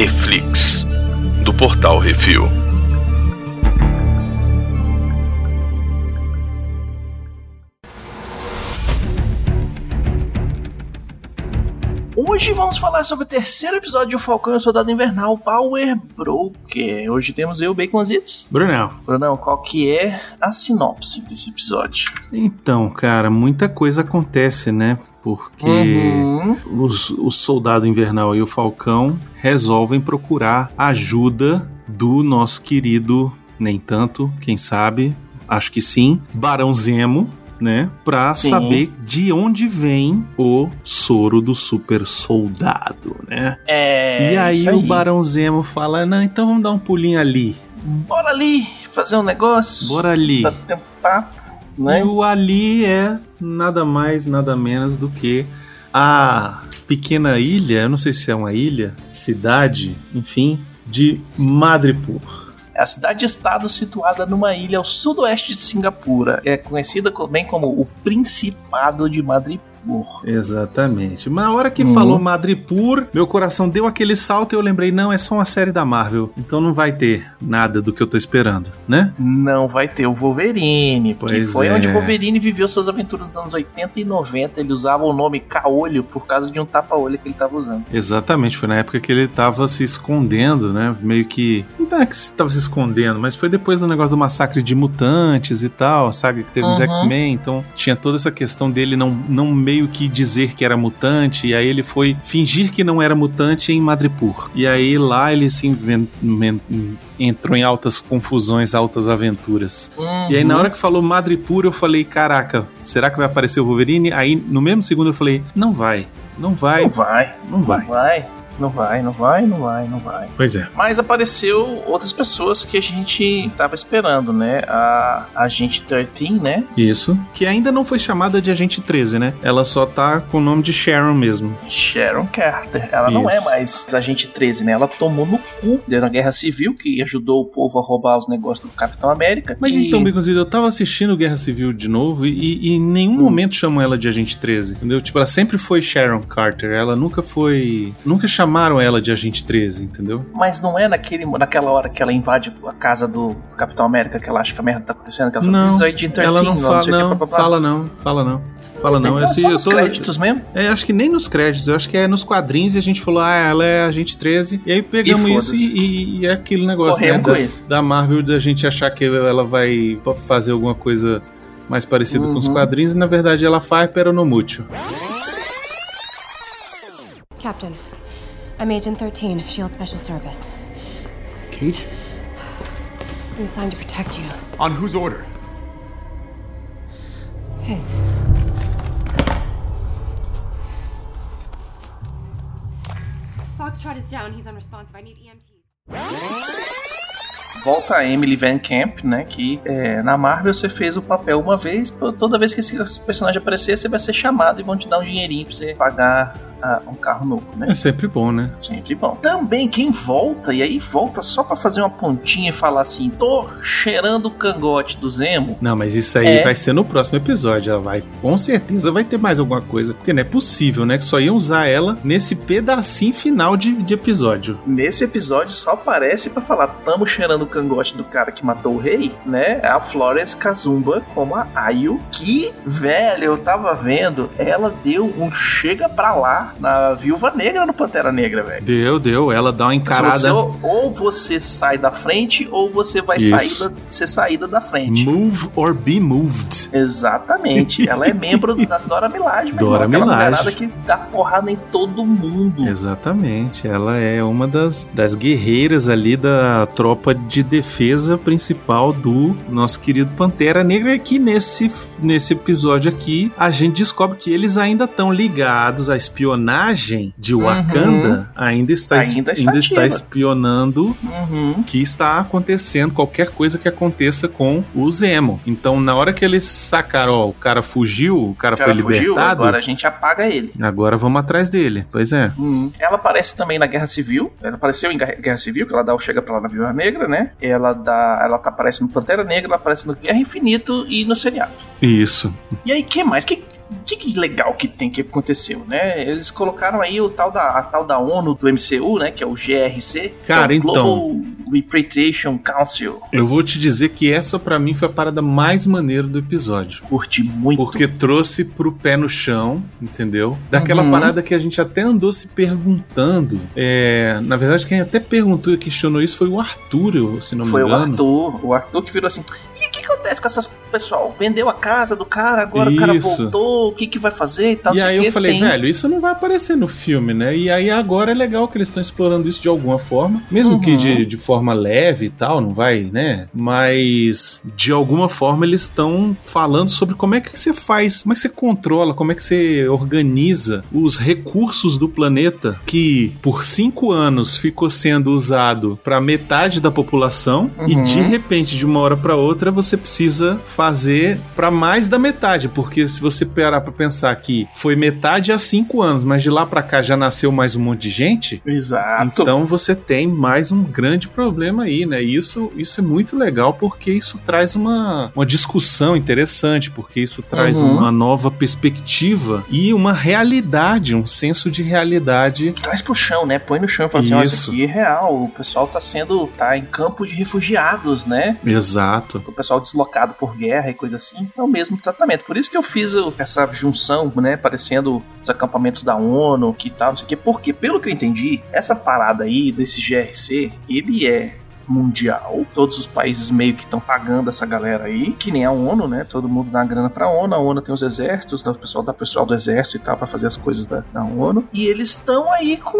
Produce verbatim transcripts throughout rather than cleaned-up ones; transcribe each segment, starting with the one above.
Reflix, do Portal Refil. Hoje vamos falar sobre o terceiro episódio de O Falcão e o Soldado Invernal, Power Broker. Hoje temos eu, Baconzitos. Brunão. Brunão, qual que é a sinopse desse episódio? Então, cara, muita coisa acontece, né? Porque uhum. os, o Soldado Invernal e o Falcão resolvem procurar ajuda do nosso querido, nem tanto, quem sabe, acho que sim, Barão Zemo, né, pra Sim. saber de onde vem o soro do super soldado, né? É, e aí, aí o Barão Zemo fala, não, então vamos dar um pulinho ali. Bora ali, fazer um negócio. Bora ali. Bater um papo, né? E o ali é nada mais, nada menos do que a pequena ilha, eu não sei se é uma ilha, cidade, enfim, de Madripoor. É a cidade-estado situada numa ilha ao sudoeste de Singapura. É conhecida também como o Principado de Madripoor. Exatamente. Mas na hora que uhum. falou Madripoor, meu coração deu aquele salto e eu lembrei, não, é só uma série da Marvel. Então não vai ter nada do que eu tô esperando, né? Não vai ter o Wolverine. Porque pois foi é. onde o Wolverine viveu suas aventuras nos anos oitenta e noventa. Ele usava o nome Caolho por causa de um tapa-olho que ele tava usando. Exatamente. Foi na época que ele tava se escondendo, né? Meio que... Não é que estava se escondendo, mas foi depois do negócio do massacre de mutantes e tal, a saga que teve nos uhum. X-Men. Então tinha toda essa questão dele não, não meio que dizer que era mutante, e aí ele foi fingir que não era mutante em Madripoor. E aí lá ele se invent, entrou em altas confusões, altas aventuras. Uhum. E aí na hora que falou Madripoor, eu falei, caraca, será que vai aparecer o Wolverine? Aí no mesmo segundo eu falei, não vai, não vai. Não vai. Não vai. Não vai. Não vai, não vai, não vai, não vai. Pois é. Mas apareceu outras pessoas que a gente tava esperando, né? A Agente treze, né? Isso. Que ainda não foi chamada de Agente treze, né? Ela só tá com o nome de Sharon mesmo. Sharon Carter. Ela Isso. não é mais Agente treze, né? Ela tomou no cu na Guerra Civil, que ajudou o povo a roubar os negócios do Capitão América. Mas e... então, Baconzitos, eu tava assistindo Guerra Civil de novo e, e em nenhum hum. momento chamam ela de Agente treze, entendeu? Tipo, ela sempre foi Sharon Carter. Ela nunca foi... Nunca chamaram ela de Agente treze, entendeu? Mas não é naquele, naquela hora que ela invade a casa do, do Capitão América que ela acha que a merda tá acontecendo? Que ela não, fala, treze, ela não, fala, não, não, que, blá, blá, blá. fala não, fala não. Fala não, então, assim, só eu nos tô... créditos mesmo? É, acho que nem nos créditos, eu acho que é nos quadrinhos e a gente falou, ah, ela é Agente treze, e aí pegamos e isso e, e, e é aquele negócio, né, com da, isso. da Marvel, da gente achar que ela vai fazer alguma coisa mais parecida uhum. com os quadrinhos, e na verdade ela faz, pero no mucho. Captain, I'm Agent thirteen, Shield Special Service. Kate? I'm assigned to protect you. On whose order? His. Foxtrot is down. He's unresponsive. I need E M Ts. Volta a Emily Van Camp, né? Que é, na Marvel você fez o papel uma vez, toda vez que esse personagem aparecer, você vai ser chamado e vão te dar um dinheirinho pra você pagar ah, um carro novo, né? É sempre bom, né? Sempre bom. Também quem volta, e aí volta só pra fazer uma pontinha e falar assim, tô cheirando o cangote do Zemo. Não, mas isso aí é... vai ser no próximo episódio. Ela vai, com certeza vai ter mais alguma coisa, porque não é possível, né? Que só iam usar ela nesse pedacinho final de, de episódio. Nesse episódio só aparece pra falar, tamo cheirando o cangote do cara que matou o rei, né? A Florence Kazumba como a Ayo, que, velho, eu tava vendo, ela deu um chega pra lá na Viúva Negra no Pantera Negra, velho. Deu, deu. Ela dá uma encarada. Você, ou você sai da frente, ou você vai sair da, ser saída da frente. Move or be moved. Exatamente. Ela é membro das Dora Milaje. Dora irmão, Milaje. Que dá porrada em todo mundo. Exatamente. Ela é uma das, das guerreiras ali da tropa de defesa principal do nosso querido Pantera Negra, que nesse, nesse episódio aqui a gente descobre que eles ainda estão ligados à espionagem de Wakanda, uhum. ainda, está, ainda, ainda está espionando uhum. o que está acontecendo, qualquer coisa que aconteça com o Zemo. Então na hora que eles sacaram, ó, o cara fugiu, o cara, o cara foi fugiu, libertado, agora a gente apaga ele. Agora vamos atrás dele, pois é. Uhum. Ela aparece também na Guerra Civil, ela apareceu em Guerra Civil, que ela dá o chega pra lá na Viúva Negra, né? Ela dá, ela tá, aparece no Pantera Negra, ela aparece no Guerra Infinito e no seriado. Isso. E aí, que mais? Que o que, que legal que tem que aconteceu, né? Eles colocaram aí o tal da, a tal da ONU do M C U, né? Que é o G R C. Cara, é o então... Global Repatriation Council. Eu vou te dizer que essa pra mim foi a parada mais maneira do episódio. Curti muito. Porque trouxe pro pé no chão, entendeu? Daquela Uhum. parada que a gente até andou se perguntando. É, na verdade, quem até perguntou e questionou isso foi o Arthur, se não me Foi engano. o Arthur. O Arthur que virou assim... E o que acontece com essas pessoal? Vendeu a casa do cara, agora isso. O cara voltou, o que que vai fazer e tal. E aí eu que falei, tem... velho, isso não vai aparecer no filme, né? E aí agora é legal que eles estão explorando isso de alguma forma. Mesmo uhum. que de, de forma leve e tal, não vai, né? Mas de alguma forma eles estão falando sobre como é que você faz, como é que você controla, como é que você organiza os recursos do planeta que por cinco anos ficou sendo usado para metade da população uhum. e de repente, de uma hora para outra, você precisa fazer para mais da metade, porque se você parar para pensar que foi metade há cinco anos, mas de lá para cá já nasceu mais um monte de gente, exato. Então você tem mais um grande problema aí, né? E isso, isso é muito legal porque isso traz uma, uma discussão interessante, porque isso traz uhum. uma nova perspectiva e uma realidade, um senso de realidade. Traz pro chão, né? Põe no chão e fala assim, ó, isso aqui é real, o pessoal tá sendo, tá em campo de refugiados, né? Exato. O pessoal deslocado por guerra e coisa assim, é o mesmo tratamento. Por isso que eu fiz essa junção, né, parecendo os acampamentos da ONU, que tal, não sei o quê, porque, pelo que eu entendi, essa parada aí desse G R C, ele é mundial, todos os países meio que estão pagando essa galera aí, que nem a ONU, né, todo mundo dá uma grana pra ONU, a ONU tem os exércitos, o pessoal dá pessoal do exército e tal pra fazer as coisas da, da ONU, e eles estão aí com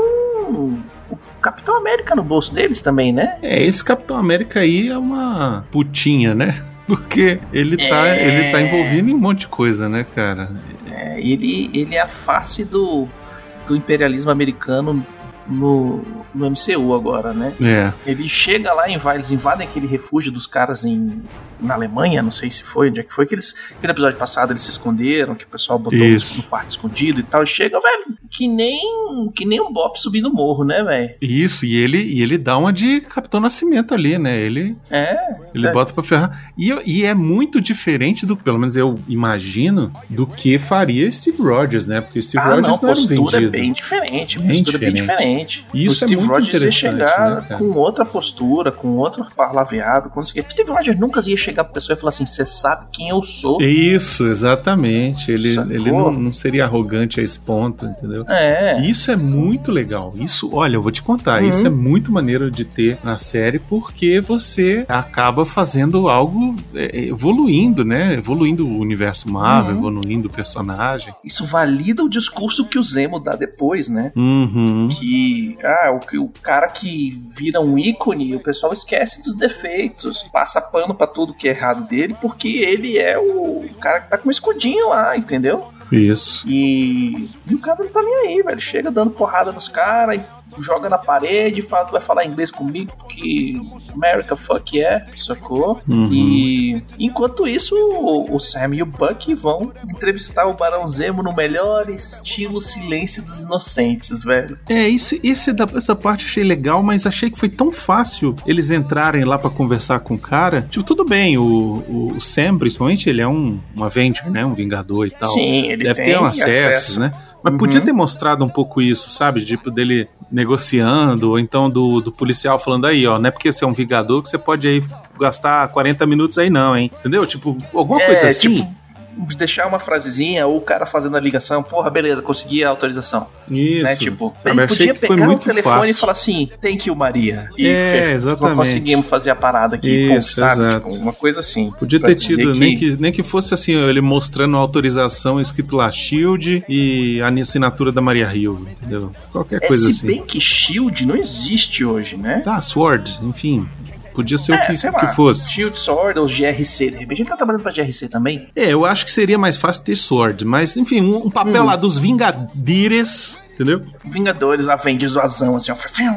o Capitão América no bolso deles também, né? É, esse Capitão América aí é uma putinha, né? Porque ele tá, é... ele tá envolvido em um monte de coisa, né, cara? É, ele, ele é a face do, do imperialismo americano no, no M C U agora, né? É. Ele chega lá, invade, eles invadem aquele refúgio dos caras em, na Alemanha, não sei se foi, onde é que foi, que eles, aquele episódio passado eles se esconderam, que o pessoal botou eles no quarto escondido e tal, e chega, velho, que nem, que nem um Bop subindo o morro, né, velho? Isso, e ele, e ele dá uma de Capitão Nascimento ali, né? Ele, é, ele é. bota pra ferrar. E, e é muito diferente do, pelo menos eu imagino, do que faria Steve Rogers, né? Porque Steve ah, Rogers não, não era vendido. postura é bem diferente, bem postura diferente. é bem diferente. Isso o Steve é muito Rogers ia interessante, chegar né, com outra postura, com outro palavreado, com isso. Steve Rogers nunca ia chegar pra pessoa e falar assim, você sabe quem eu sou. Isso, exatamente. Ele, ele não, não seria arrogante a esse ponto, entendeu? É. Isso é muito legal. Isso, olha, eu vou te contar, uhum. isso é muito maneiro de ter na série, porque você acaba fazendo algo é, evoluindo, né? Evoluindo o universo Marvel, uhum. evoluindo o personagem. Isso valida o discurso que o Zemo dá depois, né? Uhum. Que, ah, o, o cara que vira um ícone, o pessoal esquece dos defeitos, passa pano pra tudo que é errado dele, porque ele é o cara que tá com um escudinho lá, entendeu? Isso. E, e o cara não tá nem aí, velho. Chega dando porrada nos caras e joga na parede, fala que vai falar inglês comigo porque America fuck yeah, sacou? Uhum. E enquanto isso, o, o Sam e o Bucky vão entrevistar o Barão Zemo no melhor estilo Silêncio dos Inocentes, velho. É, isso, esse, essa parte achei legal, mas achei que foi tão fácil eles entrarem lá pra conversar com o cara. Tipo, tudo bem, o, o Sam, principalmente, ele é um, um Avenger, né? Um Vingador e tal. Sim, ele deve tem ter um acesso, acesso. né? Mas uhum. podia ter mostrado um pouco isso, sabe? Tipo, dele negociando, ou então do, do policial falando aí, ó, não é porque você é um vingador que você pode aí gastar quarenta minutos aí não, hein? Entendeu? Tipo, alguma é, coisa assim... Tipo... deixar uma frasezinha, ou o cara fazendo a ligação, porra, beleza, consegui a autorização. Isso. Né? Tipo, sabe, ele podia pegar o telefone fácil. e falar assim, thank you, Maria. E é, exatamente. conseguimos fazer a parada aqui, Isso, pô, sabe? exato. Tipo, uma coisa assim. Podia ter tido, que... nem, que, nem que fosse assim, ele mostrando a autorização escrito lá, Shield e a assinatura da Maria Hill, entendeu? Qualquer é, coisa se assim. Se bem que Shield não existe hoje, né? Tá, Sword, enfim... Podia ser é, o que, sei que lá, fosse. Shield, Sword ou G R C, de repente ele tá trabalhando pra G R C também? É, eu acho que seria mais fácil ter Sword, mas enfim, um, um papel hum. lá dos Vingadores, entendeu? Vingadores, Avengers, Azão, assim, ó.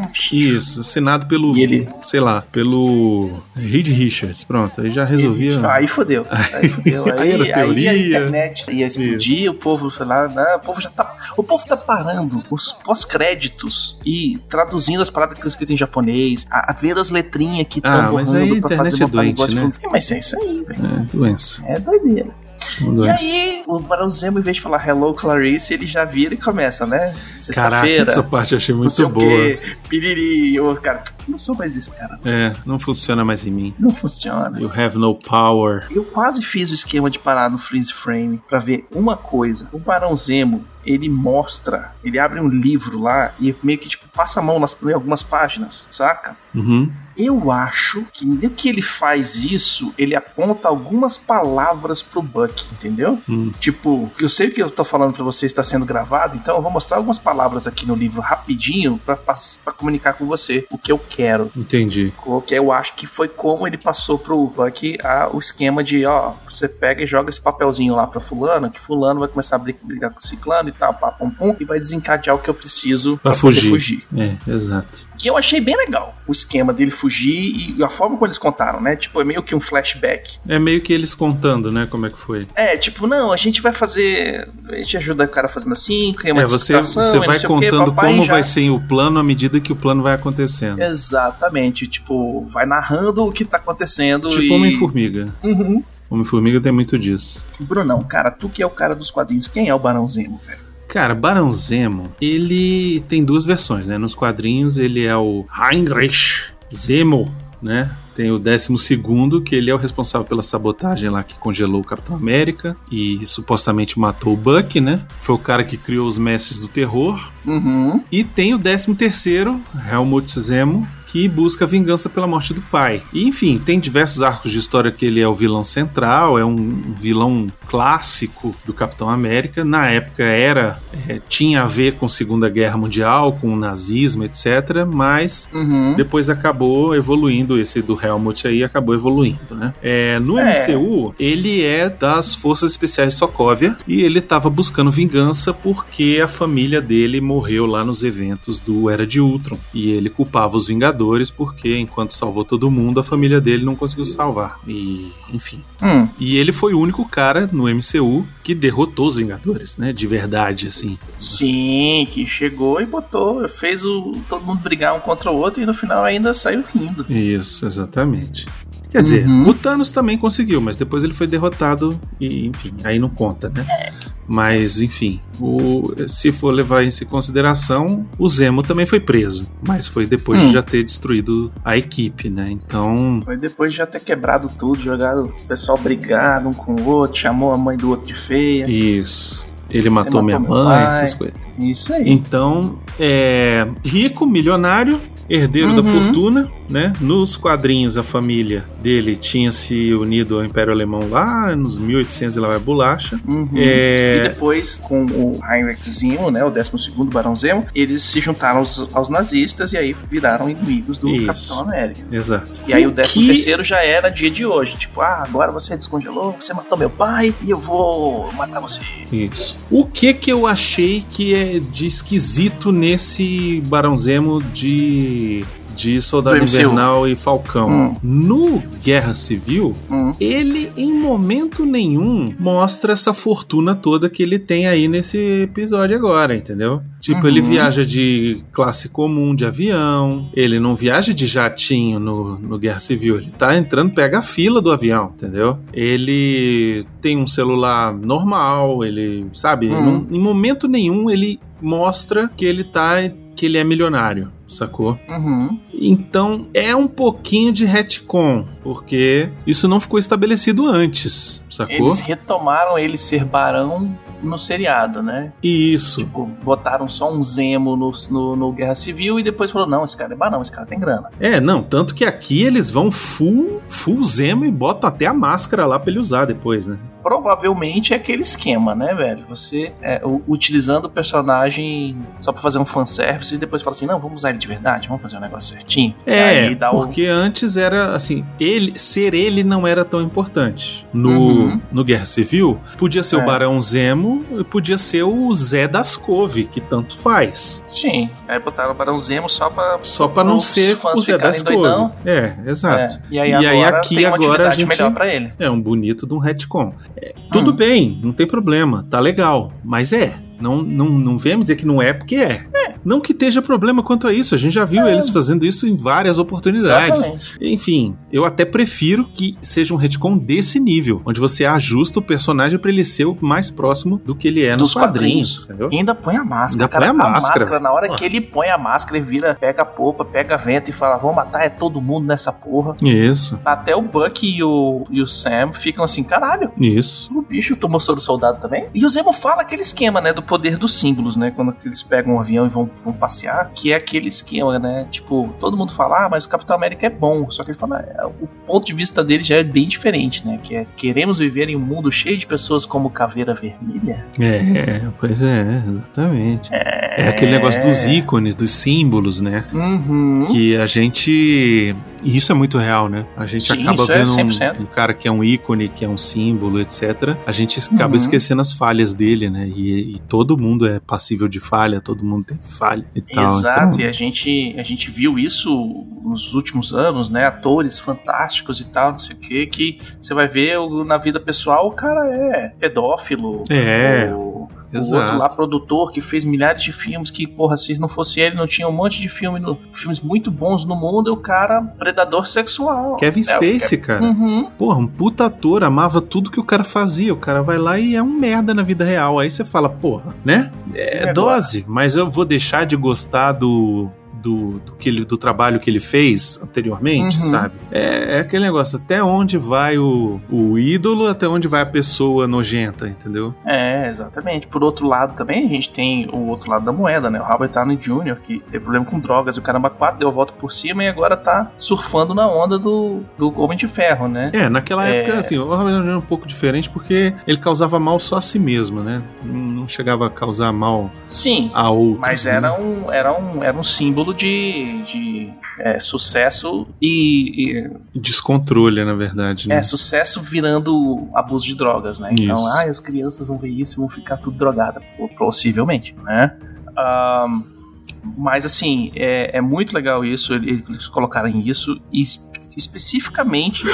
Isso, assinado pelo, e ele... sei lá, pelo Reed Richards, pronto, aí já resolvia. Aí fodeu, aí fodeu. Aí, aí era teoria. Aí a internet ia explodir, Isso. o povo, sei lá, né, o povo já tá, o povo tá parando os pós-créditos e traduzindo as paradas que estão escritas em japonês, a, a ver as letrinhas que estão ah, borrando pra fazer é doente, né? Mas é isso aí, velho. É doença. É doideira. Doença. E aí, o Barão Zemo, em vez de falar Hello Clarice, ele já vira e começa, né? Caraca, essa parte eu achei muito boa. Quê, piriri, o cara, não sou mais esse cara. É, não funciona mais em mim. Não funciona. You have no power. Eu quase fiz o esquema de parar no freeze frame pra ver uma coisa. O Barão Zemo, ele mostra, ele abre um livro lá e meio que tipo passa a mão nas, em algumas páginas, saca? Uhum. Eu acho que no que ele faz isso, ele aponta algumas palavras pro Bucky, entendeu? Hum. Tipo, eu sei que eu tô falando pra você está sendo gravado, então eu vou mostrar algumas palavras aqui no livro rapidinho pra, pra, pra comunicar com você o que eu quero. Entendi. O que eu acho que foi como ele passou pro Bucky a, o esquema de, ó, você pega e joga esse papelzinho lá pra fulano, que fulano vai começar a brigar com o ciclano e tal, pá, pum, pum, e vai desencadear o que eu preciso pra, pra fugir. fugir. É, exato. Que eu achei bem legal, o esquema dele fugir e a forma como eles contaram, né? Tipo, é meio que um flashback. É meio que eles contando, né? Como é que foi. É, tipo, não, a gente vai fazer... A gente ajuda o cara fazendo assim, cria uma é, você, você vai contando quê, como já... vai ser o plano à medida que o plano vai acontecendo. Exatamente. Tipo, vai narrando o que tá acontecendo. Tipo e... Homem-Formiga. Uhum. Homem-Formiga tem muito disso. Brunão, cara, tu que é o cara dos quadrinhos, quem é o Barão Zemo, velho? Cara, Barão Zemo, ele tem duas versões, né? Nos quadrinhos ele é o Heinrich Zemo, né? Tem o décimo segundo, que ele é o responsável pela sabotagem lá que congelou o Capitão América e supostamente matou o Bucky, né? Foi o cara que criou os Mestres do Terror. Uhum. E tem o décimo terceiro, Helmut Zemo, que busca vingança pela morte do pai. E, enfim, tem diversos arcos de história que ele é o vilão central, é um vilão clássico do Capitão América. Na época era, é, tinha a ver com Segunda Guerra Mundial, com o nazismo, etcétera. Mas uhum. depois acabou evoluindo, esse do Helmut aí acabou evoluindo, né? É, no é. M C U, ele é das Forças Especiais de Sokovia e ele estava buscando vingança porque a família dele morreu lá nos eventos do Era de Ultron. E ele culpava os Vingadores porque enquanto salvou todo mundo, a família dele não conseguiu salvar. E, enfim. Hum. E ele foi o único cara no M C U que derrotou os Vingadores, né? De verdade, assim. Sim, que chegou e botou, fez o, todo mundo brigar um contra o outro e no final ainda saiu rindo. Isso, exatamente. Quer dizer, uhum. o Thanos também conseguiu, mas depois ele foi derrotado e, enfim, aí não conta, né? É. Mas, enfim, o, se for levar isso em consideração, o Zemo também foi preso, mas foi depois hum. de já ter destruído a equipe, né? Então... Foi depois de já ter quebrado tudo, jogado o pessoal brigado um com o outro, chamou a mãe do outro de feia. Isso. Ele matou, matou minha mãe, pai. Essas coisas. Isso aí. Então, é... rico, milionário, herdeiro uhum. da fortuna, né? Nos quadrinhos, a família dele tinha se unido ao Império Alemão lá nos mil e oitocentos e lá vai bolacha. Uhum. É... E depois, com o Heinrich Zemo, né, o décimo segundo Barão Zemo, eles se juntaram aos, aos nazistas e aí viraram inimigos do Isso. Capitão América. Exato. E aí o décimo terceiro que... já era dia de hoje. Tipo, ah, agora você descongelou, você matou meu pai e eu vou matar você. Isso. O que que eu achei que é de esquisito nesse Barão Zemo de... de Soldado Invernal e Falcão. Hum. No Guerra Civil, hum. ele em momento nenhum mostra essa fortuna toda que ele tem aí nesse episódio agora, entendeu? Tipo, uhum. ele viaja de classe comum de avião, ele não viaja de jatinho no, no Guerra Civil, ele tá entrando, pega a fila do avião, entendeu? Ele tem um celular normal, ele, sabe, hum. não, em momento nenhum ele mostra que ele tá... que ele é milionário, sacou? Uhum. Então é um pouquinho de retcon, porque isso não ficou estabelecido antes, sacou? Eles retomaram ele ser barão no seriado, né? Isso. Tipo, botaram só um Zemo no, no, no Guerra Civil e depois falaram, não, esse cara é barão, esse cara tem grana. É, não, tanto que aqui eles vão full, full Zemo e botam até a máscara lá pra ele usar depois, né? Provavelmente é aquele esquema, né, velho? Você é, o, utilizando o personagem só pra fazer um fanservice e depois fala assim, não, vamos usar ele de verdade, vamos fazer um negócio certinho. É, aí dá porque o... antes era assim, ele, ser ele não era tão importante. No, uhum. no Guerra Civil, podia ser é. o Barão Zemo e podia ser o Zé das Couve, que tanto faz. Sim, aí botaram o Barão Zemo só pra... Só pra não ser o Zé das Couve. É, exato. É. E aí, e agora aí aqui tem uma agora a gente... melhor pra ele. É um bonito de um retcon. É, tudo hum. bem, não tem problema, tá legal, mas é, não, não, não vem me dizer que não é porque é. É, Não que esteja problema quanto a isso, a gente já viu é. eles fazendo isso em várias oportunidades. Exatamente. Enfim, eu até prefiro que seja um retcon desse nível, onde você ajusta o personagem pra ele ser o mais próximo do que ele é nos quadrinhos. quadrinhos e ainda põe a máscara. Ainda cara, põe a, a máscara. máscara. Na hora ah. que ele põe a máscara, ele vira, pega a popa, pega vento e fala, vamos matar é todo mundo nessa porra. Isso. Até o Buck e o, e o Sam ficam assim, caralho. Isso. O bicho tomou soro soldado também. E o Zemo fala aquele esquema, né, do poder dos símbolos, né, quando eles pegam um avião e vão, vão passear, que é aquele esquema, né, tipo, todo mundo fala, ah, mas o Capitão América é bom, só que ele fala, é, o ponto de vista dele já é bem diferente, né, que é, queremos viver em um mundo cheio de pessoas como Caveira Vermelha. É, pois é, exatamente. É, é aquele negócio dos ícones, dos símbolos, né, uhum. que a gente... E isso é muito real, né? A gente Sim, acaba vendo é um, um cara que é um ícone, que é um símbolo, etcétera. A gente acaba uhum. esquecendo as falhas dele, né? E, e todo mundo é passível de falha, todo mundo teve falha e tal. Exato, então... e a gente, a gente viu isso nos últimos anos, né? Atores fantásticos e tal, não sei o que, que você vai ver na vida pessoal, o cara é pedófilo. É. Ou... O Exato. outro lá, produtor, que fez milhares de filmes, que, porra, se não fosse ele, não tinha um monte de filme no, filmes muito bons no mundo, e o cara, predador sexual. Kevin Spacey, é, cara. Uhum. Porra, um puta ator, amava tudo que o cara fazia. O cara vai lá e é um merda na vida real. Aí você fala, porra, né? É, é dose, agora. Mas eu vou deixar de gostar do... Do, do, que ele, do trabalho que ele fez anteriormente, uhum. sabe? É, é aquele negócio, até onde vai o, o ídolo, até onde vai a pessoa nojenta, entendeu? É, exatamente. Por outro lado também, a gente tem o outro lado da moeda, né? O Robert Downey Júnior, que teve problema com drogas, e o Caramba quatro deu a volta por cima e agora tá surfando na onda do, do Homem de Ferro, né? É, naquela é... época, assim, o Robert Downey Júnior é um pouco diferente porque ele causava mal só a si mesmo, né? Não chegava a causar mal Sim, a outros. Mas né? era, um, era, um, era um símbolo de, de é, sucesso e, e... descontrole, na verdade. Né? É, sucesso virando abuso de drogas, né? Então, isso. ah, as crianças vão ver isso e vão ficar tudo drogadas, possivelmente, né? Um, mas, assim, é, é muito legal isso, eles colocarem isso, e especificamente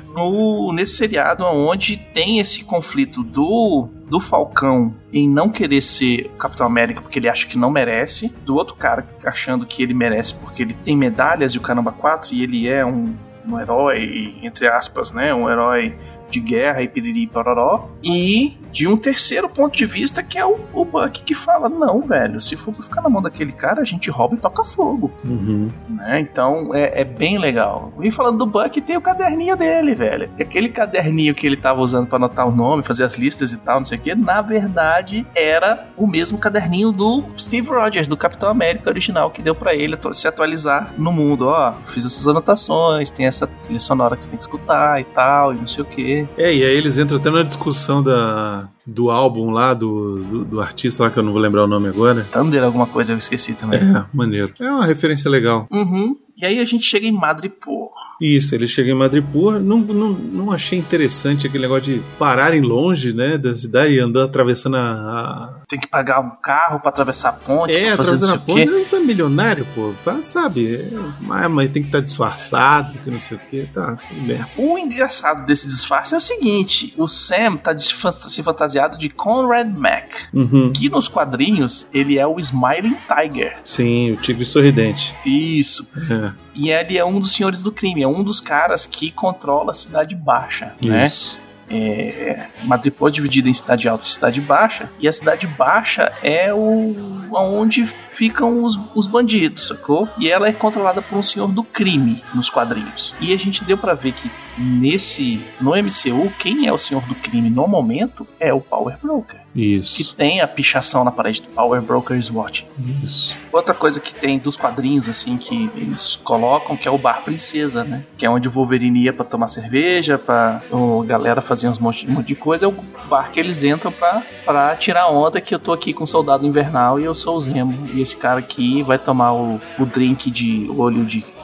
no, nesse seriado onde tem esse conflito do, do Falcão em não querer ser o Capitão América porque ele acha que não merece, do outro cara achando que ele merece porque ele tem medalhas e o Caramba quatro e ele é um, um herói, entre aspas, né, um herói de guerra e piriri e pororó, e de um terceiro ponto de vista que é o, o Buck que fala, não, velho, se for pra ficar na mão daquele cara, a gente rouba e toca fogo. Uhum. Né? Então é, é bem legal. E falando do Buck, tem o caderninho dele, velho. Aquele caderninho que ele tava usando pra anotar o nome, fazer as listas e tal, não sei o que, na verdade era o mesmo caderninho do Steve Rogers, do Capitão América original, que deu pra ele se atualizar no mundo. Ó, fiz essas anotações, tem essa trilha sonora que você tem que escutar e tal, e não sei o que. É, e aí eles entram até na discussão da, do álbum lá, do, do, do artista lá, que eu não vou lembrar o nome agora. Thunder, alguma coisa, eu esqueci também. É, maneiro. É uma referência legal. Uhum. E aí a gente chega em Madripoor. Isso, ele chega em Madripoor. Não, não, não achei interessante aquele negócio de pararem longe, né, da cidade e andar atravessando a... a... Tem que pagar um carro pra atravessar a ponte. É, pra fazer atravessando a ponte. Ele tá milionário, pô. Sabe? É, mas, mas tem que estar tá disfarçado, que não sei o que. Tá, tudo bem. O engraçado desse disfarce é o seguinte. O Sam tá se fantasiado de Conrad Mack. Uhum. Que nos quadrinhos, ele é o Smiling Tiger. Sim, o tigre sorridente. Isso. É. E ele é um dos senhores do crime, é um dos caras que controla a Cidade Baixa, Isso. né? É, Madripoor é dividida em Cidade Alta e Cidade Baixa, e a Cidade Baixa é o onde ficam os, os bandidos, sacou? E ela é controlada por um senhor do crime nos quadrinhos. E a gente deu pra ver que nesse, no M C U, quem é o senhor do crime no momento é o Power Broker. Isso. Que tem a pichação na parede do Power Broker's Watch. Isso. Outra coisa que tem dos quadrinhos, assim, que eles colocam, que é o Bar Princesa, né? Que é onde o Wolverine ia pra tomar cerveja, pra a galera fazer uns monte, um monte de coisa. É o bar que eles entram pra, pra tirar onda, que eu tô aqui com o Soldado Invernal e eu sou o Zemo. E esse cara aqui vai tomar o, o drink de olho de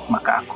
macaco.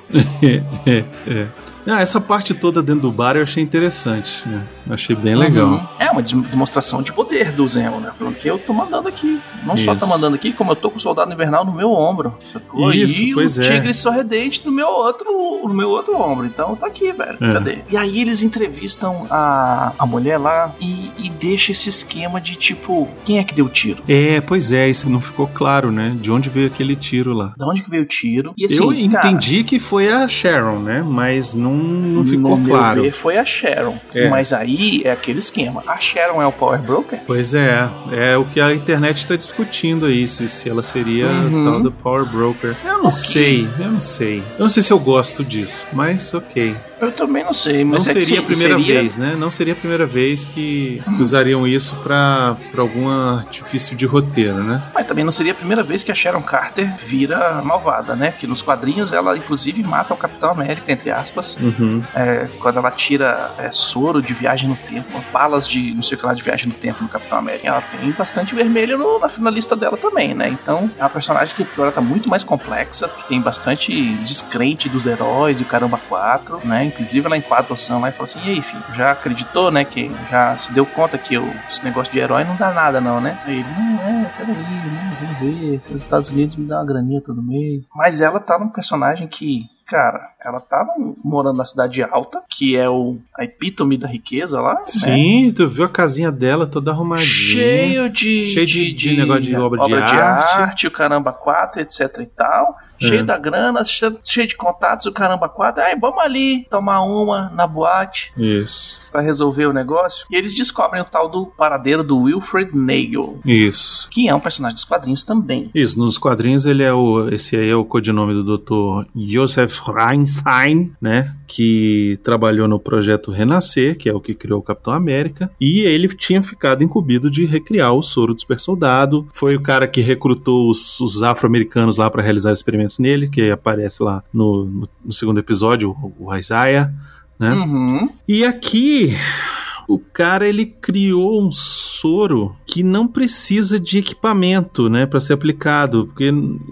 é, é. Ah, essa parte toda dentro do bar eu achei interessante, né? Eu achei bem legal. Uhum. É uma demonstração de poder do Zemo, né? Falando que eu tô mandando aqui. Não Isso. só tô mandando aqui, como eu tô com o Soldado Invernal no meu ombro. Sacou? Isso, e pois o é. Tigre Sorridente no meu outro, no meu outro ombro. Então tá aqui, velho. É. Cadê? E aí eles entrevistam a, a mulher lá e, e deixa esse esquema de tipo, quem é que deu o tiro? É, pois é, isso não ficou claro, né? De onde veio aquele tiro lá. Da onde que veio o tiro? E assim, eu cara, entendi que foi a Sharon, né? Mas não, não ficou no claro. meu ver, foi a Sharon. É. Mas aí é aquele esquema. A Sharon é o Power Broker? Pois é, é o que a internet está discutindo aí, se, se ela seria Uhum. tal do Power Broker. Eu não Ok. sei, eu não sei. Eu não sei se eu gosto disso, mas ok. Eu também não sei, Não mas é que seria a se- primeira seria... vez, né? Não seria a primeira vez que, que usariam isso para algum artifício de roteiro, né? Mas também não seria a primeira vez que a Sharon Carter vira malvada, né? Porque nos quadrinhos ela, inclusive, mata o Capitão América, entre aspas, Uhum. é, quando ela tira é, soro de viagem no tempo, balas de não sei o que lá de viagem no tempo no Capitão América. Ela tem bastante vermelho no, na, na lista dela também, né? Então é uma personagem que agora tá muito mais complexa, que tem bastante descrente dos heróis e o caramba quatro, né? Inclusive ela enquadra o Sam lá e fala assim: e aí, filho, já acreditou, né? Que já se deu conta que o, esse negócio de herói não dá nada, não, né? Aí ele, não, é, peraí, né? Vamos ver. Os Estados Unidos me dão uma graninha todo mês. Mas ela tá num personagem que. Cara, ela tá morando na cidade alta, que é o, a epítome da riqueza lá, né? Sim, tu viu a casinha dela toda arrumadinha. Cheio de, Cheio de- de negócio de obra de arte. o caramba quatro, etc e tal. Cheio É. da grana, cheio, cheio de contatos, o caramba quatro. Aí, vamos ali tomar uma na boate Isso, pra resolver o negócio. E eles descobrem o tal do paradeiro do Wilfred Nagel, isso. que é um personagem dos quadrinhos também. Isso, nos quadrinhos ele é o. Esse aí é o codinome do doutor Joseph Reinstein, né? Que trabalhou no projeto Renascer, que é o que criou o Capitão América. E ele tinha ficado incumbido de recriar o soro do super soldado. Foi o cara que recrutou os, os afro-americanos lá para realizar experimentos nele, que aparece lá no, no, no segundo episódio, o, o Isaiah, né? Uhum. E aqui. O cara, ele criou um soro que não precisa de equipamento, né, para ser aplicado, porque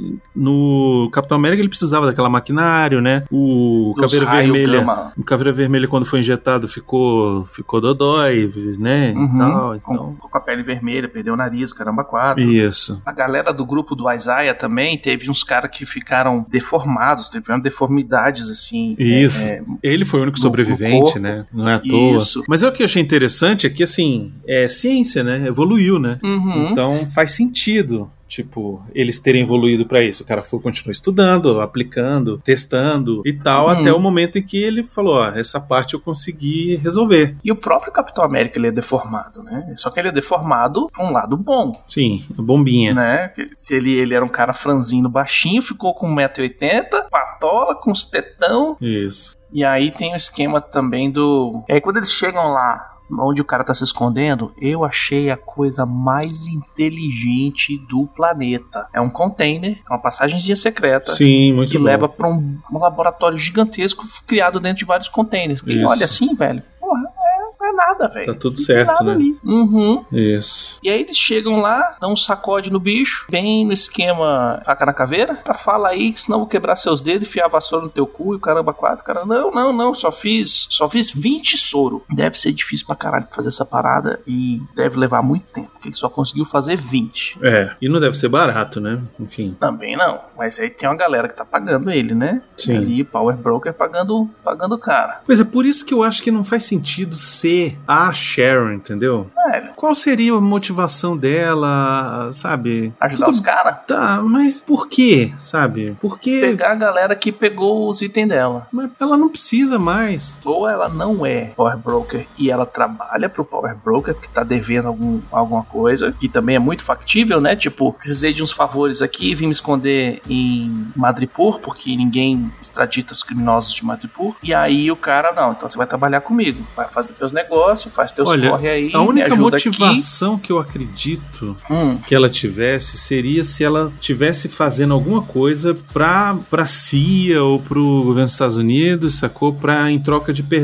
no Capitão América ele precisava daquela maquinário, né, o Dos Caveira raio Vermelha, gama. o Caveira Vermelha quando foi injetado ficou, ficou dodói, né, Uhum. e tal, Com, então... com a pele vermelha, perdeu o nariz, caramba quatro. Isso. A galera do grupo do Isaiah também teve uns caras que ficaram deformados, tiveram deformidades assim. Isso. É, é, Ele foi o único no- sobrevivente, no corpo. né? Não é à toa. Isso. Mas é o que eu achei interessante é que, assim, é ciência, né? Evoluiu, né? Uhum. Então faz sentido, tipo, eles terem evoluído pra isso. O cara foi, continuou estudando, aplicando, testando e tal, Uhum. até o momento em que ele falou, ó, essa parte eu consegui resolver. E o próprio Capitão América, ele é deformado, né? Só que ele é deformado pra um lado bom, Sim, bombinha. né? Que Se ele, ele era um cara franzino, baixinho, ficou com um metro e oitenta, patola, com os tetão. Isso. E aí tem o esquema também do... E aí quando eles chegam lá, onde o cara tá se escondendo, eu achei a coisa mais inteligente do planeta. É um container, é uma passagenzinha secreta. Sim, muito que bom. leva pra um, um laboratório gigantesco criado dentro de vários containers. Quem Isso. olha assim, velho, porra, é, não é nada, velho. Tá tudo Não tem certo, nada né? ali. Uhum. Isso. E aí eles chegam lá, dão um sacode no bicho, bem no esquema faca na caveira. Tá, fala aí que senão eu vou quebrar seus dedos e enfiar a vassoura no teu cu e o caramba quatro. Cara, não, não, não, só fiz, só fiz vinte soro. Deve ser difícil pra caralho fazer essa parada e deve levar muito tempo, porque ele só conseguiu fazer vinte. É, e não deve ser barato, né? Enfim. Também não, mas aí tem uma galera que tá pagando ele, né? Sim. Ali, Power Broker pagando, pagando o cara. Pois é, por isso que eu acho que não faz sentido ser a Sharon, entendeu? Velho, Qual seria a motivação dela, sabe? ajudar Tudo os caras. Tá, mas por quê, sabe? Porque Pegar a galera que pegou os itens dela. mas ela não precisa mais. Ou ela não é Power Broker e ela trabalha pro Power Broker porque tá devendo algum, alguma coisa, que também é muito factível, né? Tipo, precisei de uns favores aqui, vim me esconder em Madripoor, porque ninguém extradita os criminosos de Madripoor. E aí o cara, não, então você vai trabalhar comigo, vai fazer teus negócios, faz teus Olha, corre aí, a única me ajuda aqui. motivação que eu acredito Hum, que ela tivesse seria se ela tivesse fazendo alguma coisa pra, pra C I A ou pro governo dos Estados Unidos, sacou? Pra, em troca de perdão.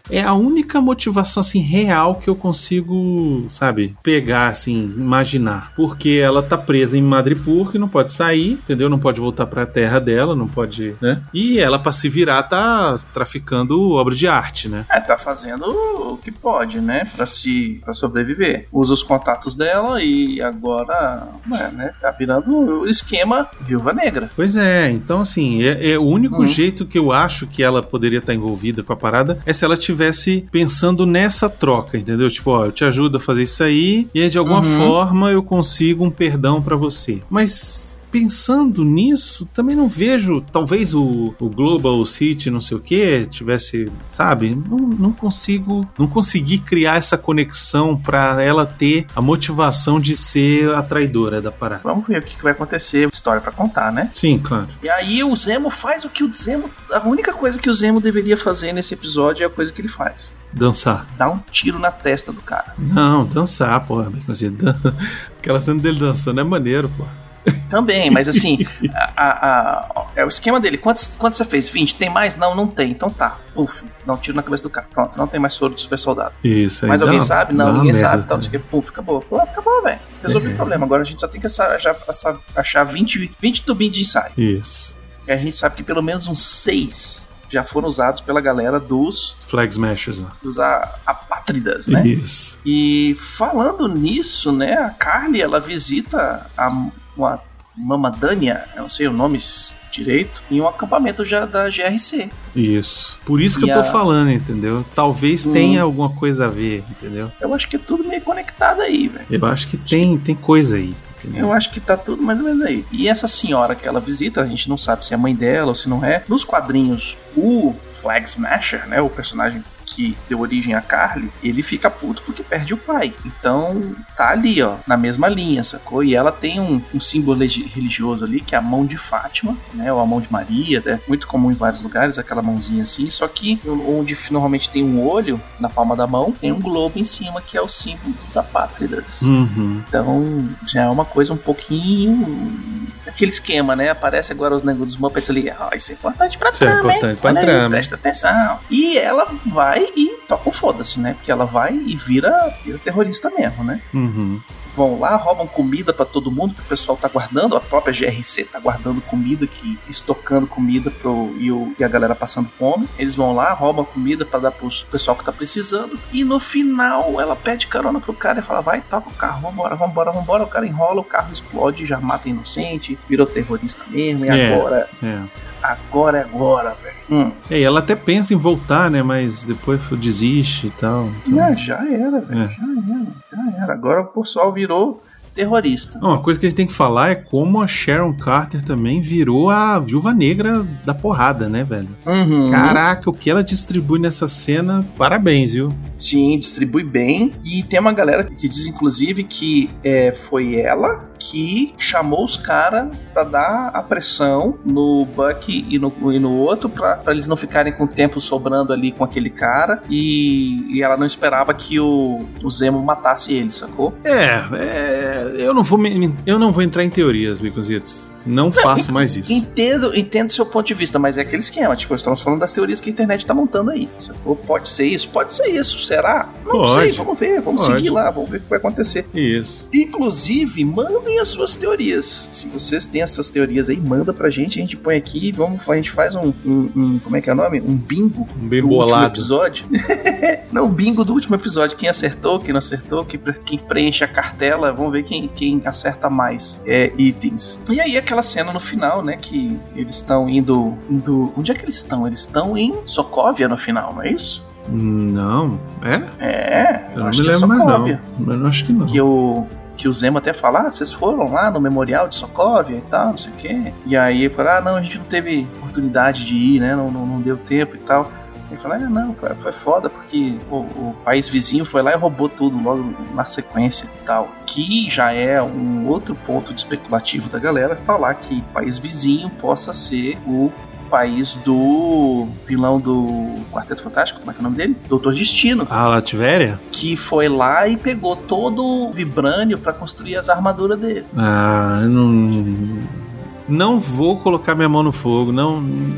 é a única motivação, assim, real que eu consigo, sabe, pegar, assim, imaginar. Porque ela tá presa em Madripoor, que não pode sair, entendeu? Não pode voltar pra terra dela, não pode, né? E ela, pra se virar, tá traficando obra de arte, né? É, tá fazendo o que pode, né? Pra, se, pra sobreviver. Usa os contatos dela e agora, né? Tá virando o esquema Viúva Negra. Pois é, então assim, é, é o único uhum. jeito que eu acho que ela poderia estar envolvida com a parada é se ela tivesse pensando nessa troca, entendeu? Tipo, ó, eu te ajudo a fazer isso aí e aí de alguma uhum. forma eu consigo um perdão pra você. Mas pensando nisso, também não vejo, talvez o, o Global City, não sei o que, tivesse, sabe, não, não consigo, não consegui criar essa conexão pra ela ter a motivação de ser a traidora da parada. Vamos ver o que vai acontecer, história pra contar, né? Sim, claro. E aí o Zemo faz o que o Zemo, a única coisa que o Zemo deveria fazer nesse episódio é a coisa que ele faz. Dançar. Dar um tiro na testa do cara. Não, dançar, porra. Aquela cena dele dançando é maneiro, porra. Também, mas assim, a, a, a, é o esquema dele. Quantos, quantos você fez? vinte? Tem mais? Não, não tem. Então tá. Puf, dá um tiro na cabeça do cara. Pronto, não tem mais soro do super soldado. Isso aí. Mas alguém dá, sabe? Não, ninguém merda, sabe. Então, não sei o que. Puf, acabou. Puf, acabou, velho. Resolveu é. o problema. Agora a gente só tem que achar, achar, achar vinte, vinte tubinhos de ensaio. Isso. Que a gente sabe que pelo menos uns seis já foram usados pela galera dos Flag Smashers, né? Dos a, apátridas, né? Isso. E falando nisso, né? A Carly, ela visita a, uma Mamadânia, eu não sei o nome direito, em um acampamento já da G R C. Isso. Por isso que e eu tô a... falando, entendeu? Talvez hum. tenha alguma coisa a ver, entendeu? Eu acho que é tudo meio conectado aí, velho. Eu acho que tem, tem coisa aí. Entendeu? Eu acho que tá tudo mais ou menos aí. E essa senhora que ela visita, a gente não sabe se é mãe dela ou se não é. Nos quadrinhos, o Flag Smasher, né, o personagem que deu origem a Carly, ele fica puto porque perde o pai. Então tá ali, ó, na mesma linha, sacou? E ela tem um, um símbolo religioso ali, que é a mão de Fátima, né, ou a mão de Maria, né? Muito comum em vários lugares, aquela mãozinha assim, só que onde normalmente tem um olho na palma da mão, tem um globo em cima, que é o símbolo dos apátridas. Uhum. Então já é uma coisa um pouquinho... aquele esquema, né? Aparece agora os negócios dos Muppets ali. Ah, isso é importante pra isso trama, é importante hein? pra Olha trama. Aí, presta atenção. E ela vai e toca o foda-se, né? Porque ela vai e vira, vira terrorista mesmo, né? Uhum. Vão lá, roubam comida pra todo mundo, que o pessoal tá guardando, a própria G R C tá guardando comida, que estocando comida pro, e, o, e a galera passando fome. Eles vão lá, roubam comida pra dar pro pessoal que tá precisando, e no final ela pede carona pro cara e fala, vai, toca o carro, vambora, vambora, vambora. O cara enrola, o carro explode, já mata inocente, virou terrorista mesmo, e é, agora... É. Agora é agora, velho. Hum. É, e ela até pensa em voltar, né? Mas depois desiste e tal. Então... É, já era, velho. É. Já era, já era. Agora o pessoal virou terrorista. Uma coisa que a gente tem que falar é como a Sharon Carter também virou a Viúva Negra da porrada, né, velho? Uhum. Caraca, o que ela distribui nessa cena, parabéns, viu? Sim, distribui bem. E tem uma galera que diz, inclusive, que é, foi ela que chamou os caras pra dar a pressão no Bucky e no, e no outro, pra, pra eles não ficarem com o tempo sobrando ali com aquele cara. E, e ela não esperava que o, o Zemo matasse ele, sacou? É, é eu, não vou me, eu não vou entrar em teorias, Biconzitos. Não, não faço mais isso. Entendo, entendo seu ponto de vista, mas é aquele esquema. Tipo, estamos falando das teorias que a internet tá montando aí. Sacou? Pode ser isso, pode ser isso. Será? Não pode, sei, vamos ver, vamos pode. seguir lá, vamos ver o que vai acontecer. Isso. Inclusive, mandem as suas teorias. Se vocês têm essas teorias aí, manda pra gente, a gente põe aqui, vamos, a gente faz um, um, um como é que é o nome? Um bingo um bem do bolado. último episódio. Não, bingo do último episódio. Quem acertou, quem não acertou, quem, quem preenche a cartela, vamos ver quem, quem acerta mais é, itens. E aí aquela cena no final, né, que eles estão indo, indo... Onde é que eles estão? Eles estão em Sokovia no final, não é isso? Não, é? É, eu, eu não acho me que lembro é mais não. Eu não acho que não. Que o, que o Zemo até fala, ah, vocês foram lá no memorial de Sokovia e tal, não sei o quê. E aí ele fala, ah, não, a gente não teve oportunidade de ir, né, não, não, não deu tempo e tal. Ele fala, ah, não, foi foda porque o, o país vizinho foi lá e roubou tudo logo na sequência e tal. Que já é um outro ponto de especulativo da galera, falar que o país vizinho possa ser o país do vilão do Quarteto Fantástico, como é que é o nome dele? Doutor Destino. Ah, Latvéria? Que foi lá e pegou todo o vibrânio pra construir as armaduras dele. Ah, eu não... Não vou colocar minha mão no fogo, não...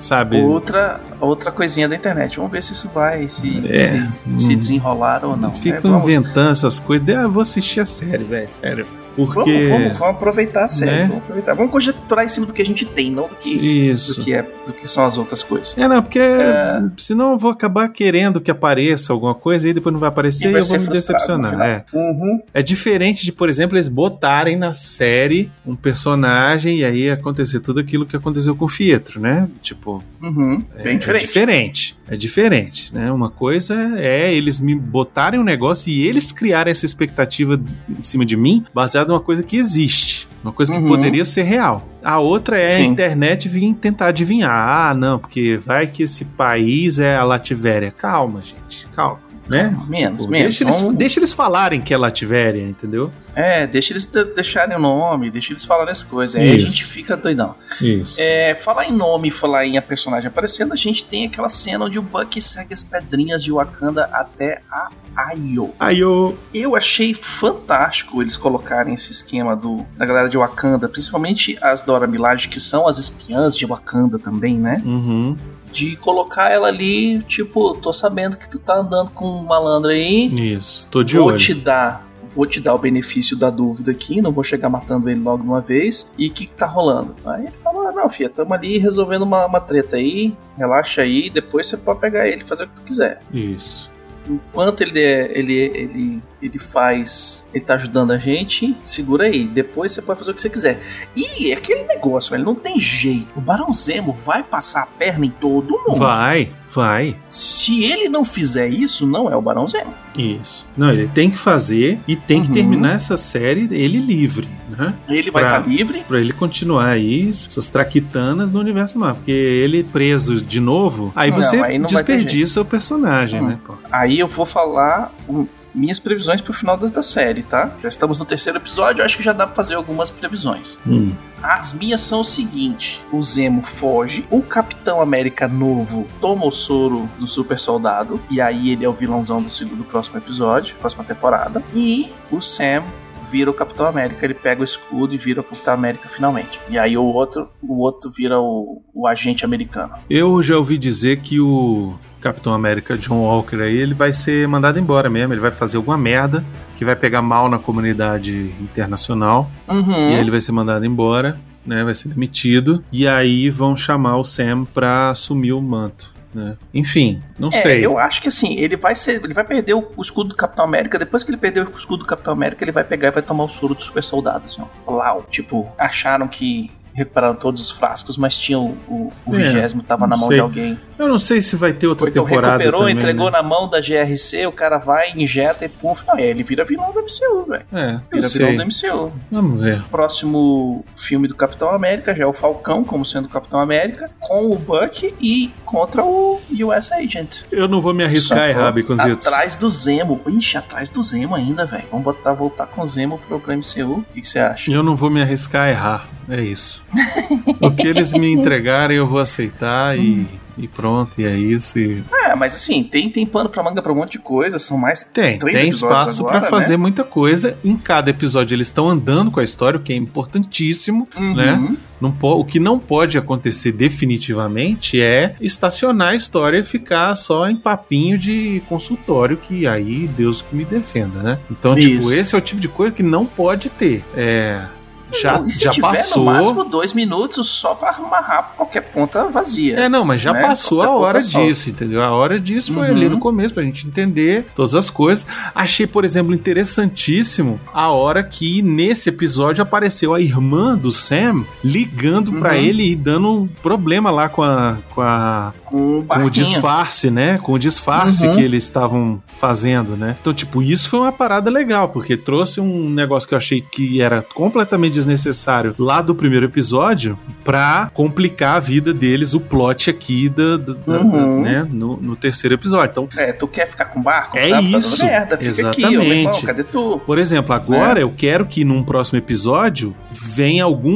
sabe? Outra, outra coisinha da internet. Vamos ver se isso vai se, É, se, se hum. desenrolar ou não. Ficam é, vamos, inventando essas coisas. Ah, vou assistir a série, velho, sério. Porque... Vamos, vamos, vamos aproveitar a série. Né? Vamos, aproveitar. Vamos conjecturar em cima do que a gente tem, não do que, Isso. do que, é, do que são as outras coisas. É, não, porque É. senão eu vou acabar querendo que apareça alguma coisa e aí depois não vai aparecer E e, vai eu vou ser me frustrado no decepcionar. final. É. Uhum. É diferente de, por exemplo, eles botarem na série um personagem e aí acontecer tudo aquilo que aconteceu com o Fietro, né? Tipo, Uhum. Bem é, diferente. é diferente. É diferente, né? Uma coisa é eles me botarem um negócio e eles criarem essa expectativa em cima de mim baseada numa coisa que existe. Uma coisa que Uhum. poderia ser real. A outra é Sim. a internet vir tentar adivinhar. Ah, não, porque vai que esse país é a Lativéria. Calma, gente, calma. Né? Menos, Tipo, menos. Deixa eles, Vamos- deixa eles falarem que é Lativéria, entendeu? É, deixa eles de- deixarem o nome, deixa eles falarem as coisas. Aí Isso. a gente fica doidão. Isso. É, falar em nome e falar em a personagem aparecendo, a gente tem aquela cena onde o Bucky segue as pedrinhas de Wakanda até a Ayo. Aí eu. Eu achei fantástico eles colocarem esse esquema do, da galera de Wakanda, principalmente as Dora Milaje, que são as espiãs de Wakanda também, né? Uhum. De colocar ela ali, tipo, tô sabendo que tu tá andando com um malandro aí, Isso. Tô de vou olho. te dar, vou te dar o benefício da dúvida aqui, não vou chegar matando ele logo de uma vez. E o que que tá rolando? Aí ele falou, ah, não, filha, tamo ali resolvendo uma, uma treta aí, relaxa aí, depois você pode pegar ele e fazer o que tu quiser. Isso. Enquanto ele, é- ele, ele, ele faz, ele tá ajudando a gente, segura aí, depois você pode fazer o que você quiser. E é aquele negócio, velho, não tem jeito. O Barão Zemo vai passar a perna em todo mundo. Vai, vai. Se ele não fizer isso, não é o Barão Zemo. Isso. Não, ele tem que fazer e tem que Uhum. terminar essa série ele livre, né? Ele vai Pra- estar livre. Pra ele continuar aí suas traquitanas no universo Marvel. Porque ele preso de novo, aí Não, você aí não vai ter desperdiça o personagem, Hum. né? Pô? Aí eu vou falar hum, minhas previsões pro final da, da série, tá? Já estamos no terceiro episódio, acho que já dá pra fazer algumas previsões. Hum. As minhas são o seguinte: o Zemo foge, o Capitão América novo toma o soro do super soldado, e aí ele é o vilãozão do, segundo, do próximo episódio, próxima temporada. E o Sam vira o Capitão América, ele pega o escudo e vira o Capitão América finalmente. E aí o outro, o outro vira o, o agente americano. Eu já ouvi dizer que o Capitão América John Walker aí, ele vai ser mandado embora mesmo, ele vai fazer alguma merda que vai pegar mal na comunidade internacional. Uhum. E aí ele vai ser mandado embora, né? Vai ser demitido. E aí vão chamar o Sam pra assumir o manto, né? Enfim, não É, sei. eu acho que assim, ele vai ser, ele vai perder o, o escudo do Capitão América. Depois que ele perder o escudo do Capitão América, ele vai pegar e vai tomar o soro do super soldado, assim, ó. Lá, ó, tipo, acharam que recuperaram todos os frascos, mas tinha o, o, o É, vigésimo tava não na mão sei. de alguém. Eu não sei se vai ter outra Ou então temporada recuperou, também, entregou né? na mão da G R C, o cara vai, injeta e puf. Não, é, ele vira vilão do M C U, velho. É, eu Vira vilão sei. do M C U. Vamos ver. Próximo filme do Capitão América já é o Falcão, como sendo o Capitão América, com o Bucky e contra o U S Agent. Eu não vou me arriscar a Sacou? errar, Baconzitos. Atrás do Zemo. Ixi, atrás do Zemo ainda, velho. Vamos botar, voltar com o Zemo pro, pro M C U. O que que você acha? Eu não vou me arriscar a errar. É isso. O que eles me entregarem eu vou aceitar e, e pronto, e é isso. E... É, mas assim, tem, tem pano pra manga pra um monte de coisa. São mais Tem, três tem episódios espaço agora, pra fazer né? muita coisa. Em cada episódio eles estão andando com a história, o que é importantíssimo, Uhum. né? Não po- o que não pode acontecer definitivamente é estacionar a história e ficar só em papinho de consultório, que aí Deus que me defenda, né? Então, Isso. tipo, esse é o tipo de coisa que não pode ter. É... Já, Não, e se já tiver passou. no máximo dois minutos só pra amarrar qualquer ponta vazia. É, não, mas já né? passou a Qualquer hora ponta solta. disso, entendeu? A hora disso foi Uhum. ali no começo, pra gente entender todas as coisas. Achei, por exemplo, interessantíssimo a hora que nesse episódio apareceu a irmã do Sam ligando pra Uhum. ele e dando um problema lá com a. Com a Com o com o barquinho. disfarce, né? Com o disfarce Uhum. que eles estavam fazendo, né? Então, tipo, isso foi uma parada legal, porque trouxe um negócio que eu achei que era completamente desnecessário lá do primeiro episódio pra complicar a vida deles, o plot aqui da, da- da- Uhum. né? No, no terceiro episódio. Então, É, tu quer ficar com barco? É Tá dando isso, merda, fica aqui, ó, meu irmão, exatamente. cadê tu? por exemplo, agora É. eu quero que num próximo episódio venha algum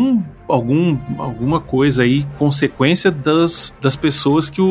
algum, alguma coisa aí, consequência das, das pessoas que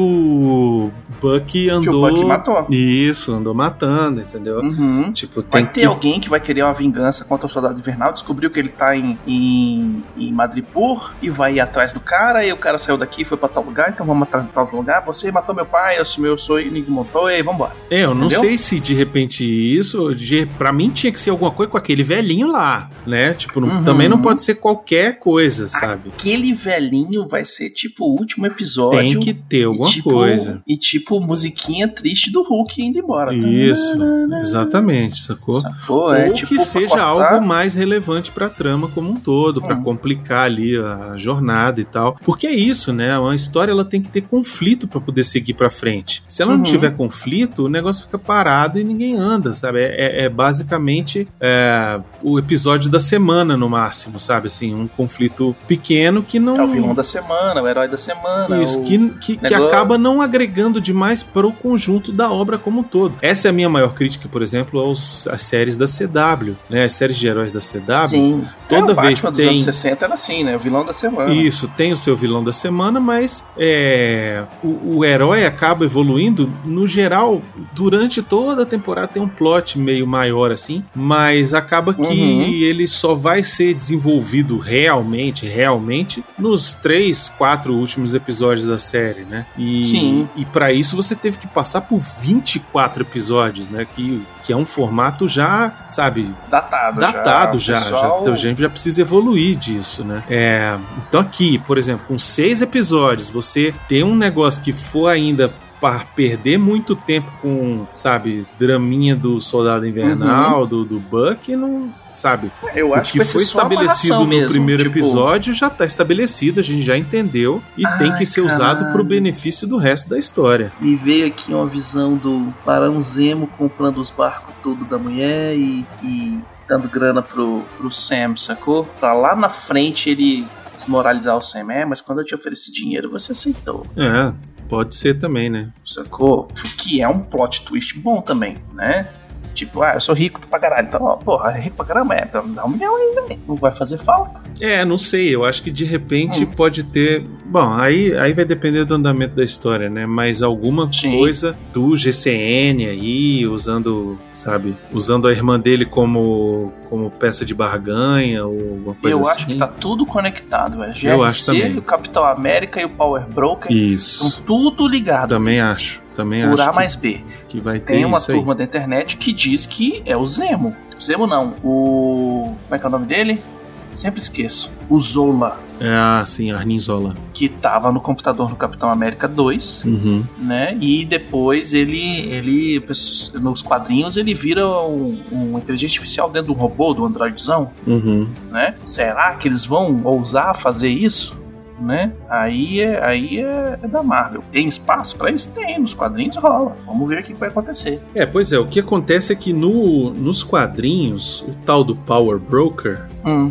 o Bucky andou... Que o Bucky matou. Isso, andou matando, entendeu? Uhum. Tipo, tem vai ter que... alguém que vai querer uma vingança contra o Soldado Invernal, descobriu que ele tá em, em, em Madripoor e vai ir atrás do cara, e o cara saiu daqui e foi pra tal lugar, então vamos atrás de tal lugar, você matou meu pai, eu sou meu, sou inimigo montou, e vambora. É, eu não Entendeu? sei se de repente isso, de, pra mim tinha que ser alguma coisa com aquele velhinho lá, né? Tipo, não, Uhum. também não pode ser qualquer coisa, sabe? Aquele velhinho vai ser tipo o último episódio. Tem que ter alguma e, tipo, coisa. E tipo, musiquinha triste do Hulk indo embora. Isso, exatamente, sacou? Sacou? Ou É, tipo, que seja cortar... algo mais relevante pra trama como um todo, pra hum. complicar ali a jornada e tal. Porque é isso, né? Uma história ela tem que ter conflito pra poder seguir pra frente. Se ela não Uhum. tiver conflito, o negócio fica parado e ninguém anda, sabe? É, é, é basicamente é, o episódio da semana no máximo, sabe? Assim, um conflito pequeno que não... É o vilão da semana, o herói da semana. Isso, o... que, que, que negócio... acaba não agregando demais para o conjunto da obra como um todo. Essa é a minha maior crítica, por exemplo, aos, às séries da C W, né? As séries de heróis da C W. Sim. Toda é, o vez Batman tem... dos anos sessenta era assim, né? O vilão da semana. Isso, tem o seu vilão da semana, mas é, o, o herói acaba evoluindo, no geral, durante toda a temporada tem um plot meio maior assim, mas acaba que Uhum. ele só vai ser desenvolvido realmente, realmente, nos três, quatro últimos episódios da série, né? E, Sim. e para isso você teve que passar por vinte e quatro episódios, né? Que, que é um formato já, sabe... Datado, datado já. já, Pessoal... já, a gente já precisa evoluir disso, né? É, então aqui, por exemplo, com seis episódios, você tem um negócio que for ainda para perder muito tempo com, sabe, draminha do Soldado Invernal, uhum. do, do Bucky, não... Sabe, eu acho o que, que foi estabelecido no mesmo, primeiro tipo... episódio já está estabelecido, a gente já entendeu e Ai, tem que ser caralho. usado pro benefício do resto da história. Me veio aqui uma visão do Barão Zemo comprando os barcos tudo da mulher e, e dando grana pro, pro Sam, sacou? Pra lá na frente ele desmoralizar o Sam. É, mas quando eu te ofereci dinheiro, você aceitou. É, pode ser também, né? Sacou? Que é um plot twist bom também, né? Tipo, ah, eu sou rico pra caralho. Então, ó, porra, é rico pra caramba, é, dá um milhão aí, velho. Não vai fazer falta. É, não sei, eu acho que de repente hum. pode ter... Bom, aí, aí vai depender do andamento da história, né? Mas alguma Sim. coisa do G C N aí, usando, sabe, usando a irmã dele como, como peça de barganha ou alguma coisa eu assim. Eu acho que tá tudo conectado, velho. Eu acho também. O Capitão América e o Power Broker Isso. estão tudo ligados. Também acho. Também Por acho A mais B. Que vai ter Tem uma isso aí. turma da internet que diz que é o Zemo. Zemo não, o... Como é que é o nome dele? Sempre esqueço. O Zola. Ah, sim, Arnim Zola. Que tava no computador do Capitão América dois, uhum. né? E depois ele, ele, nos quadrinhos, ele vira um, um inteligência artificial dentro do robô, do androidzão, uhum. né? Será que eles vão ousar fazer isso? Né? Aí, é, aí é, é da Marvel. Tem espaço pra isso? Tem, nos quadrinhos rola. Vamos ver o que vai acontecer. É, pois é, o que acontece é que no, nos quadrinhos, o tal do Power Broker, hum.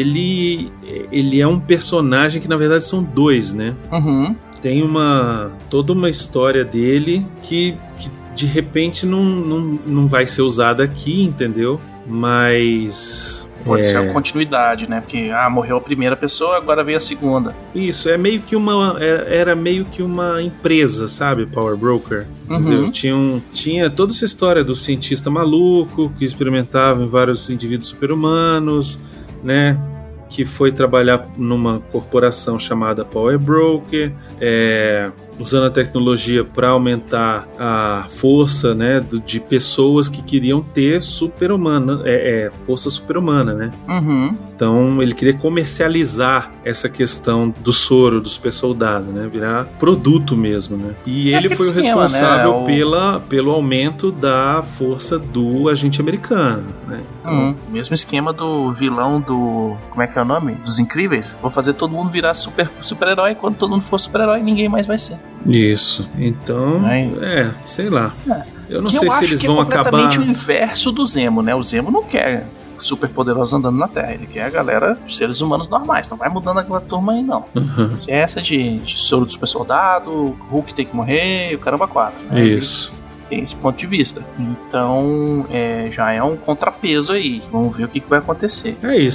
ele, ele é um personagem que na verdade são dois, né? Uhum. Tem uma toda uma história dele que, que de repente não, não, não vai ser usada aqui, entendeu? Mas... Pode é... ser a continuidade, né? Porque, ah, morreu a primeira pessoa, agora veio a segunda. Isso, é meio que uma... Era meio que uma empresa, sabe? Power Broker. Entendeu? Uhum. Tinha, um, tinha toda essa história do cientista maluco que experimentava em vários indivíduos super-humanos, né? Que foi trabalhar numa corporação chamada Power Broker, é, usando a tecnologia para aumentar a força, né, de pessoas que queriam ter super-humana, é, é, força super-humana, né? Uhum. Então ele queria comercializar essa questão do soro, do super soldado, né? Virar produto mesmo, né? E é ele foi o esquema, responsável, né? o... pela, pelo aumento da força do agente americano, né? Então, uhum. Mesmo esquema do vilão do... Como é que é o nome? Dos Incríveis. Vou fazer todo mundo virar super, super-herói. Quando todo mundo for super-herói, ninguém mais vai ser. Isso. Então, Aí. é, sei lá. É. Eu não que sei eu se acho eles que vão é acabar... completamente o inverso do Zemo, né? O Zemo não quer super poderosos andando na Terra. Ele quer a galera, seres humanos normais. Não vai mudando aquela turma aí, não. Uhum. Se é essa de, de soro do super soldado, Hulk tem que morrer, o caramba quatro. Né? Isso. Tem esse ponto de vista. Então, é, já é um contrapeso aí. Vamos ver o que, que vai acontecer. É isso.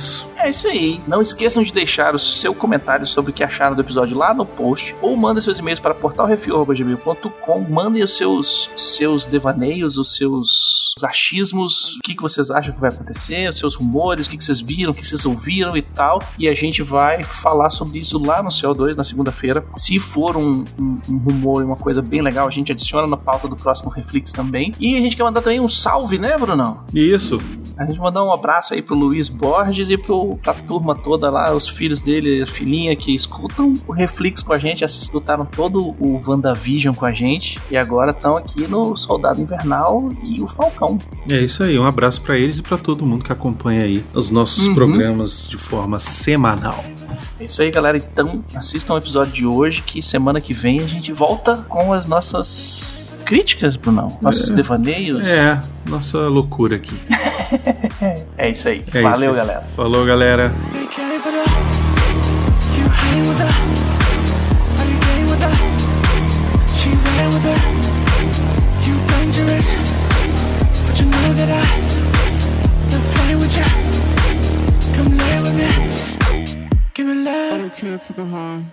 É isso aí. Não esqueçam de deixar o seu comentário sobre o que acharam do episódio lá no post, ou mandem seus e-mails para portal refil arroba gmail ponto com. Mandem os seus, seus devaneios, os seus achismos, o que, que vocês acham que vai acontecer, os seus rumores, o que, que vocês viram, o que vocês ouviram e tal. E a gente vai falar sobre isso lá no C O dois na segunda-feira. Se for um, um, um rumor e uma coisa bem legal, a gente adiciona na pauta do próximo Reflex também. E a gente quer mandar também um salve, né, Brunão? Isso. A gente mandar um abraço aí pro Luiz Borges e pro, pra turma toda lá, os filhos dele, a filhinha que escutam o Reflex com a gente, escutaram todo o WandaVision com a gente e agora estão aqui no Soldado Invernal e o Falcão. É isso aí, um abraço pra eles e pra todo mundo que acompanha aí os nossos uhum. programas de forma semanal. É isso aí, galera. Então, assistam o episódio de hoje, que semana que vem a gente volta com as nossas críticas, Brunão. Nossos é, devaneios. É, nossa loucura aqui. É isso aí. É Valeu, isso aí. Galera. Falou, galera. Give me love. I don't care for the harm.